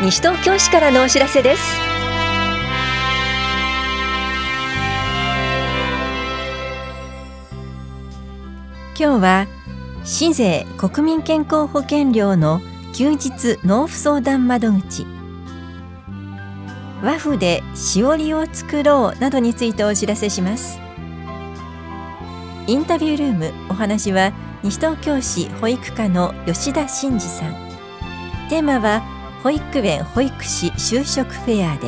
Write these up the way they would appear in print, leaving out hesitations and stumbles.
西東京市からのお知らせです。今日は市税国民健康保険料の休日納付相談窓口、和風でしおりを作ろうなどについてお知らせします。インタビュールーム、お話は西東京市保育課の吉田真二さん。テーマは保育園保育士就職フェアです。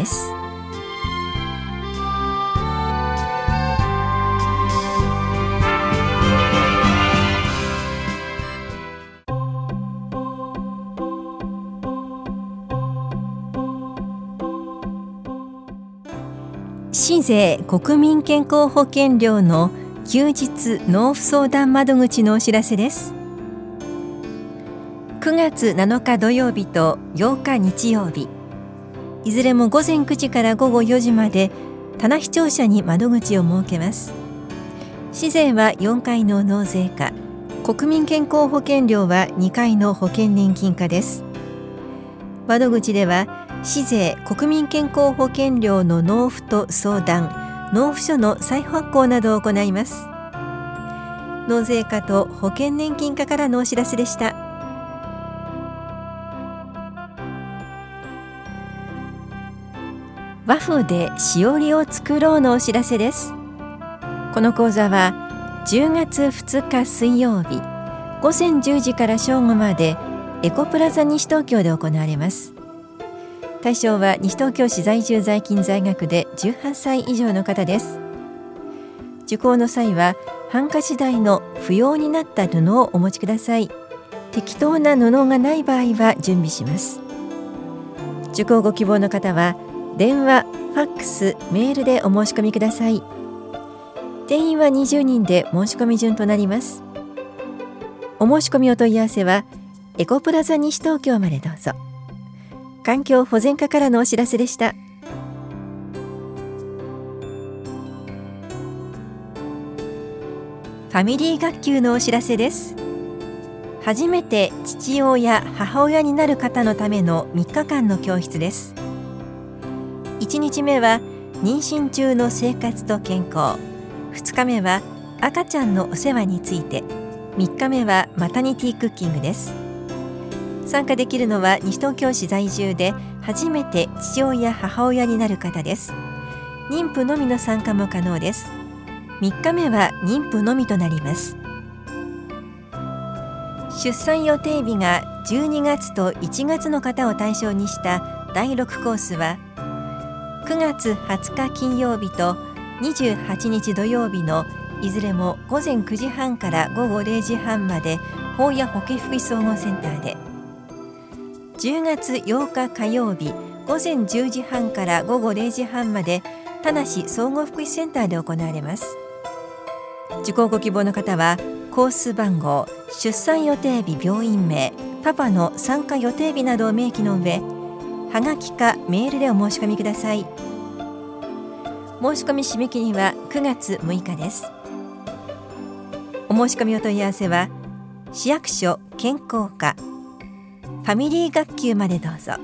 市税国民健康保険料の休日納付相談窓口のお知らせです。9月7日土曜日と8日日曜日、いずれも午前9時から午後4時まで棚視聴者に窓口を設けます。市税は4回の納税課、国民健康保険料は2回の保険年金課です。窓口では市税国民健康保険料の納付と相談、納付書の再発行などを行います。納税課と保険年金課からのお知らせでした。和風でしおりを作ろうのお知らせです。この講座は10月2日水曜日午前10時から正午までエコプラザ西東京で行われます。対象は西東京市在住在勤在学で18歳以上の方です。受講の際はハンカチ代の不要になった布をお持ちください。適当な布がない場合は準備します。受講ご希望の方は電話、ファックス、メールでお申し込みください。定員は20人で申し込み順となります。お申し込みお問い合わせはエコプラザ西東京までどうぞ。環境保全課からのお知らせでした。ファミリー学級のお知らせです。初めて父親、母親になる方のための3日間の教室です。1日目は妊娠中の生活と健康、2日目は赤ちゃんのお世話について、3日目はマタニティクッキングです。参加できるのは西東京市在住で初めて父親、母親になる方です。妊婦のみの参加も可能です。3日目は妊婦のみとなります。出産予定日が12月と1月の方を対象にした第6コースは9月20日金曜日と28日土曜日のいずれも午前9時半から午後0時半まで保谷保健福祉総合センターで、10月8日火曜日午前10時半から午後0時半まで田無総合福祉センターで行われます。受講ご希望の方はコース番号、出産予定日、病院名、パパの参加予定日などを明記の上、はがきかメールでお申し込みください。申し込み締め切りは9月6日です。お申し込みお問い合わせは市役所健康課ファミリー学級までどうぞ。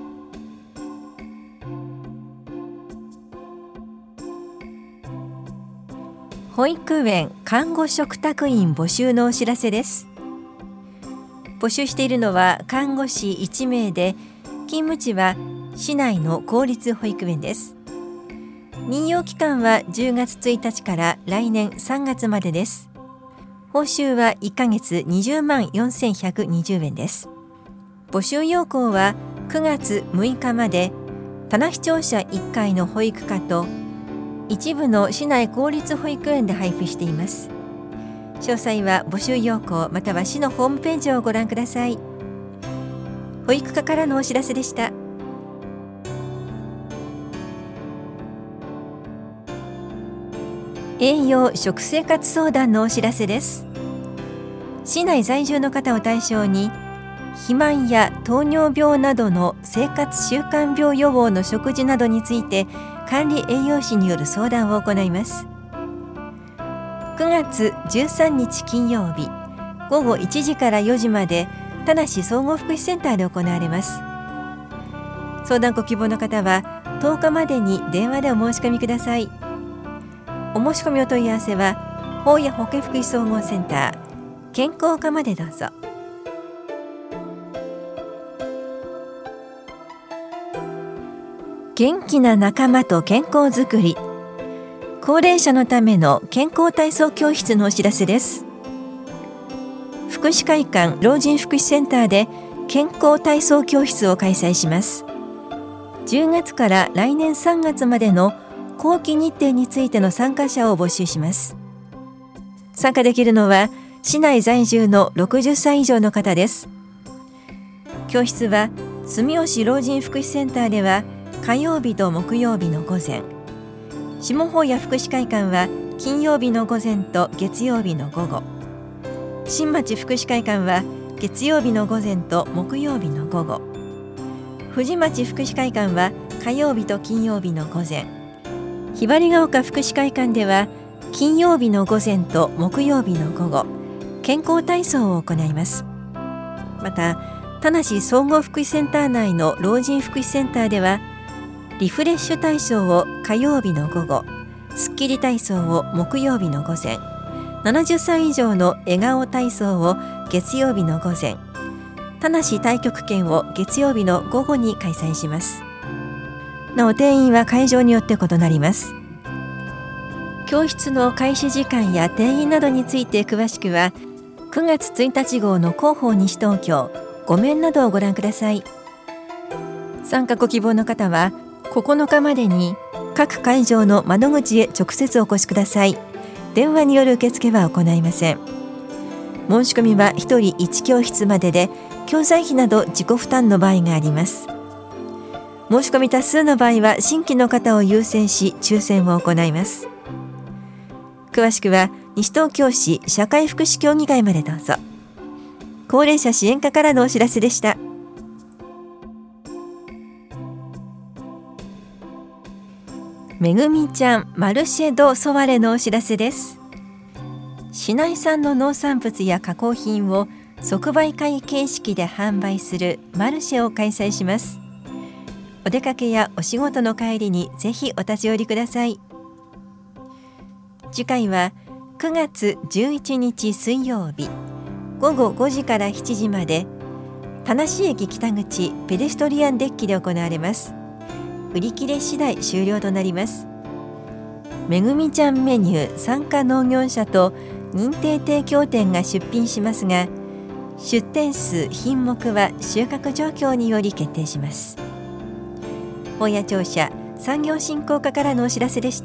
保育園看護嘱託員募集のお知らせです。募集しているのは看護師1名で、勤務地は市内の公立保育園です。任用期間は10月1日から来年3月までです。報酬は1ヶ月20万4120円です。募集要項は9月6日まで棚視聴者1回の保育課と一部の市内公立保育園で配布しています。詳細は募集要項または市のホームページをご覧ください。保育課からのお知らせでした。栄養食生活相談のお知らせです。市内在住の方を対象に肥満や糖尿病などの生活習慣病予防の食事などについて管理栄養士による相談を行います。9月13日金曜日午後1時から4時まで田無総合福祉センターで行われます。 相談ご希望の方は10日までに電話でお申し込みください。お申し込みお問い合わせは法や保健福祉総合センター健康課までどうぞ。元気な仲間と健康づくり、高齢者のための健康体操教室のお知らせです。福祉会館老人福祉センターで健康体操教室を開催します。10月から来年3月までの後期日程についての参加者を募集します。参加できるのは市内在住の60歳以上の方です。教室は住吉老人福祉センターでは火曜日と木曜日の午前、下法屋福祉会館は金曜日の午前と月曜日の午後、新町福祉会館は月曜日の午前と木曜日の午後、藤町福祉会館は火曜日と金曜日の午前、ひばりが丘福祉会館では金曜日の午前と木曜日の午後、健康体操を行います。また田無総合福祉センター内の老人福祉センターではリフレッシュ体操を火曜日の午後、スッキリ体操を木曜日の午前、70歳以上の笑顔体操を月曜日の午前、田無太極拳を月曜日の午後に開催します。なお定員は会場によって異なります。教室の開始時間や定員などについて詳しくは9月1日号の広報西東京5面などをご覧ください。参加ご希望の方は9日までに各会場の窓口へ直接お越しください。電話による受付は行いません。申し込みは1人1教室までで、教材費など自己負担の場合があります。申し込み多数の場合は新規の方を優先し抽選を行います。詳しくは西東京市社会福祉協議会までどうぞ。高齢者支援課からのお知らせでした。めぐみちゃんマルシェドソワレのお知らせです。市内産の農産物や加工品を即売会形式で販売するマルシェを開催します。お出かけやお仕事の帰りにぜひお立ち寄りください。次回は9月11日水曜日午後5時から7時まで田無駅北口ペデストリアンデッキで行われます。売り切れ次第終了となります。めぐみちゃんメニュー参加農業者と認定提供店が出品しますが、出店数品目は収穫状況により決定します。本屋庁舎産業振興課からのお知らせでした。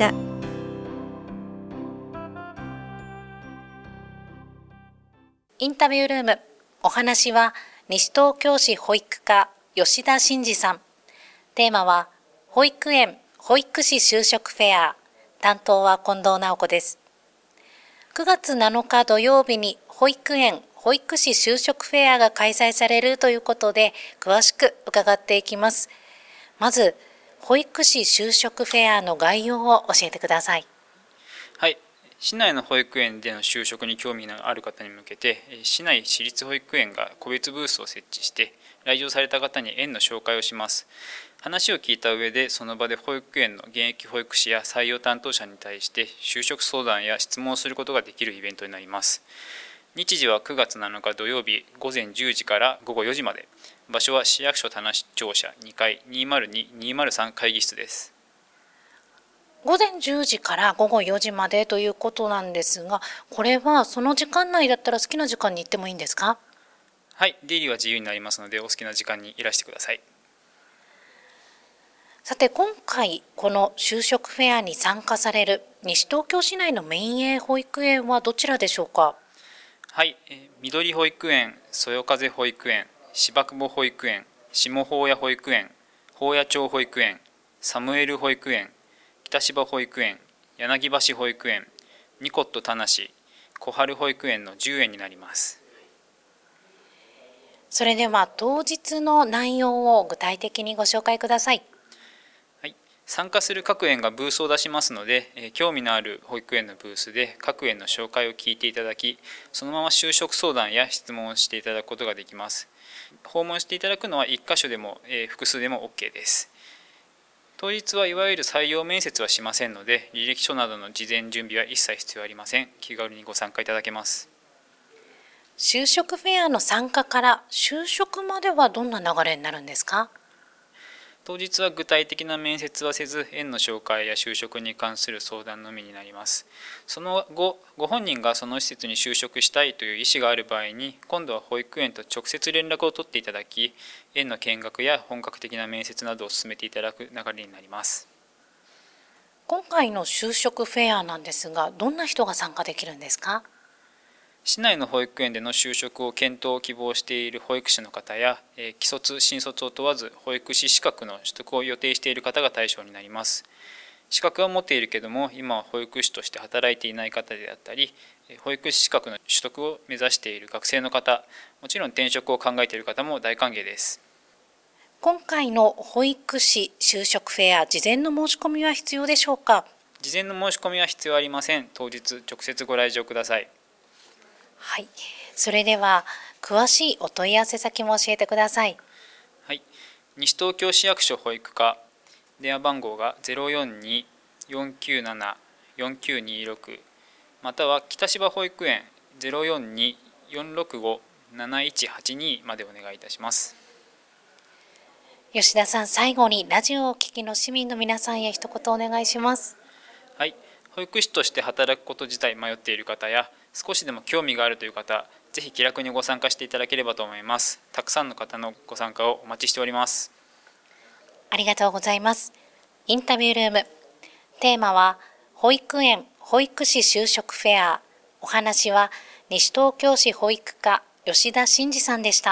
インタビュールーム、お話は西東京市保育課吉田真二さん。テーマは保育園保育士就職フェア、担当は近藤直子です。9月7日土曜日に保育園保育士就職フェアが開催されるということで、詳しく伺っていきます。まず保育士就職フェアの概要を教えてください。 はい、市内の保育園での就職に興味のある方に向けて、市内私立保育園が個別ブースを設置して来場された方に園の紹介をします。話を聞いた上でその場で保育園の現役保育士や採用担当者に対して就職相談や質問をすることができるイベントになります。日時は9月7日土曜日午前10時から午後4時まで。場所は市役所田無庁舎2階 202-203 会議室です。 午前10時から午後4時までということなんですが、これはその時間内だったら好きな時間に行ってもいいんですか？ はい、出入りは自由になりますのでお好きな時間にいらしてください。 さて今回この就職フェアに参加される西東京市内の民営保育園はどちらでしょうか？ はい、緑保育園、そよ風保育園、芝久保保育園、下法屋保育園、法屋町保育園、サムエル保育園、北芝保育園、柳橋保育園、ニコット田無、小春保育園の10園になります。 それでは当日の内容を具体的にご紹介ください。 はい、 参加する各園がブースを出しますので、興味のある保育園のブースで各園の紹介を聞いていただき、そのまま就職相談や質問をしていただくことができます。訪問していただくのは1箇所でも、複数でも OK です。当日はいわゆる採用面接はしませんので、履歴書などの事前準備は一切必要ありません。気軽にご参加いただけます。 就職フェアの参加から就職まではどんな流れになるんですか？ 当日は具体的な面接はせず、園の紹介や就職に関する相談のみになります。その後、ご本人がその施設に就職したいという意思がある場合に、今度は保育園と直接連絡を取っていただき、園の見学や本格的な面接などを進めていただく流れになります。 今回の就職フェアなんですが、どんな人が参加できるんですか？ 市内の保育園での就職を検討を希望している保育士の方や、既卒・新卒を問わず保育士資格の取得を予定している方が対象になります。資格は持っているけども、今は保育士として働いていない方であったり、保育士資格の取得を目指している学生の方、もちろん転職を考えている方も大歓迎です。 今回の保育士就職フェア、事前の申し込みは必要でしょうか？ 事前の申し込みは必要ありません。当日直接ご来場ください。 はい、それでは詳しいお問い合わせ先も教えてください。 はい、西東京市役所保育課、電話番号が 042-497-4926 または北芝保育園 042-465-7182 までお願いいたします。 吉田さん、最後にラジオをお聞きの市民の皆さんへ一言お願いします。 はい、保育士として働くこと自体迷っている方や少しでも興味があるという方、ぜひ気楽にご参加していただければと思います。たくさんの方のご参加をお待ちしております。 ありがとうございます。インタビュールーム、テーマは保育園保育士就職フェア。お話は西東京市保育課吉田真嗣さんでした。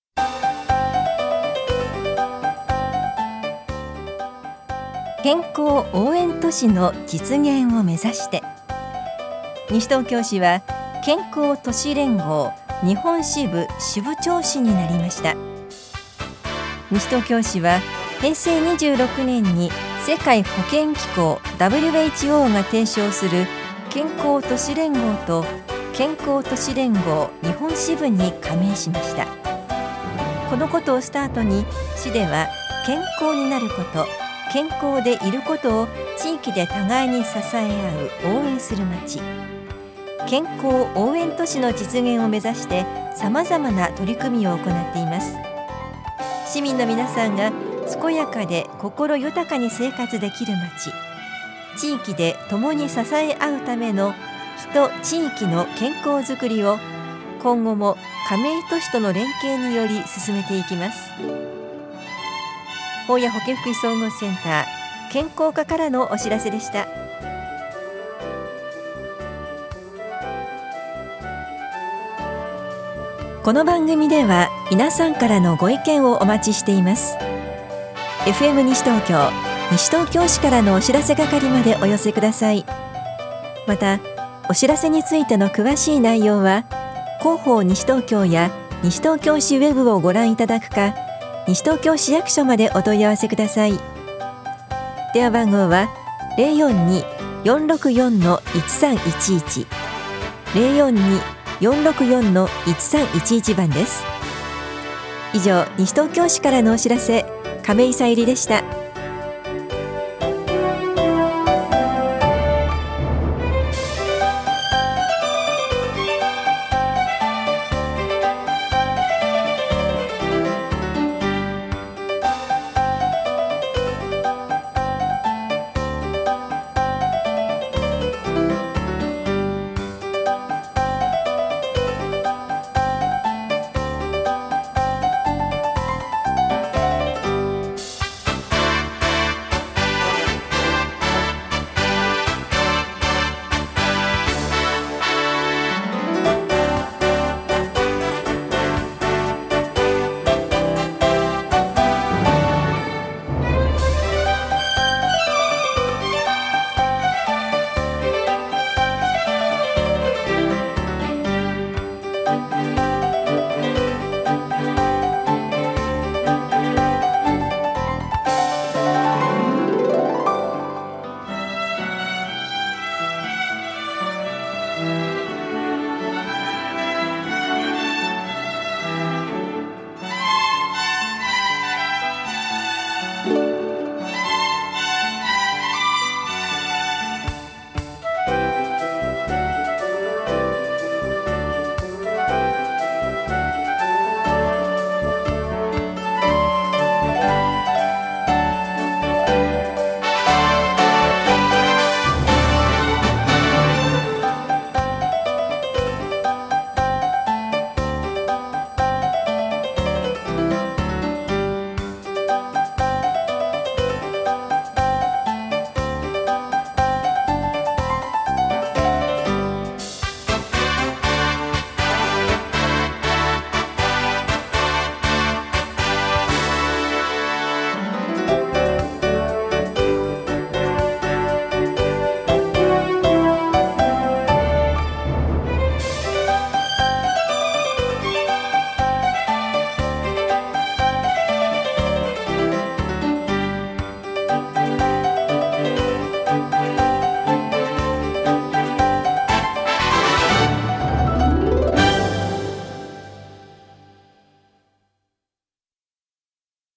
健康応援都市の実現を目指して、西東京市は健康都市連合日本支部支部長市になりました。西東京市は平成26年に世界保健機構 WHO が提唱する健康都市連合と健康都市連合日本支部に加盟しました。このことをスタートに、市では健康になること、健康でいることを地域で互いに支え合う応援する街、健康応援都市の実現を目指してさまざまな取り組みを行っています。市民の皆さんが健やかで心豊かに生活できる街、地域で共に支え合うための人・地域の健康づくりを今後も加盟都市との連携により進めていきます。保谷保健福祉総合センター健康課からのお知らせでした。この番組では皆さんからのご意見をお待ちしています。 FM 西東京西東京市からのお知らせ係までお寄せください。またお知らせについての詳しい内容は広報西東京や西東京市ウェブをご覧いただくか、西東京市役所までお問い合わせください。電話番号は 042-464-1311 042-464-1311 番です。以上、西東京市からのお知らせ、亀井さゆりでした。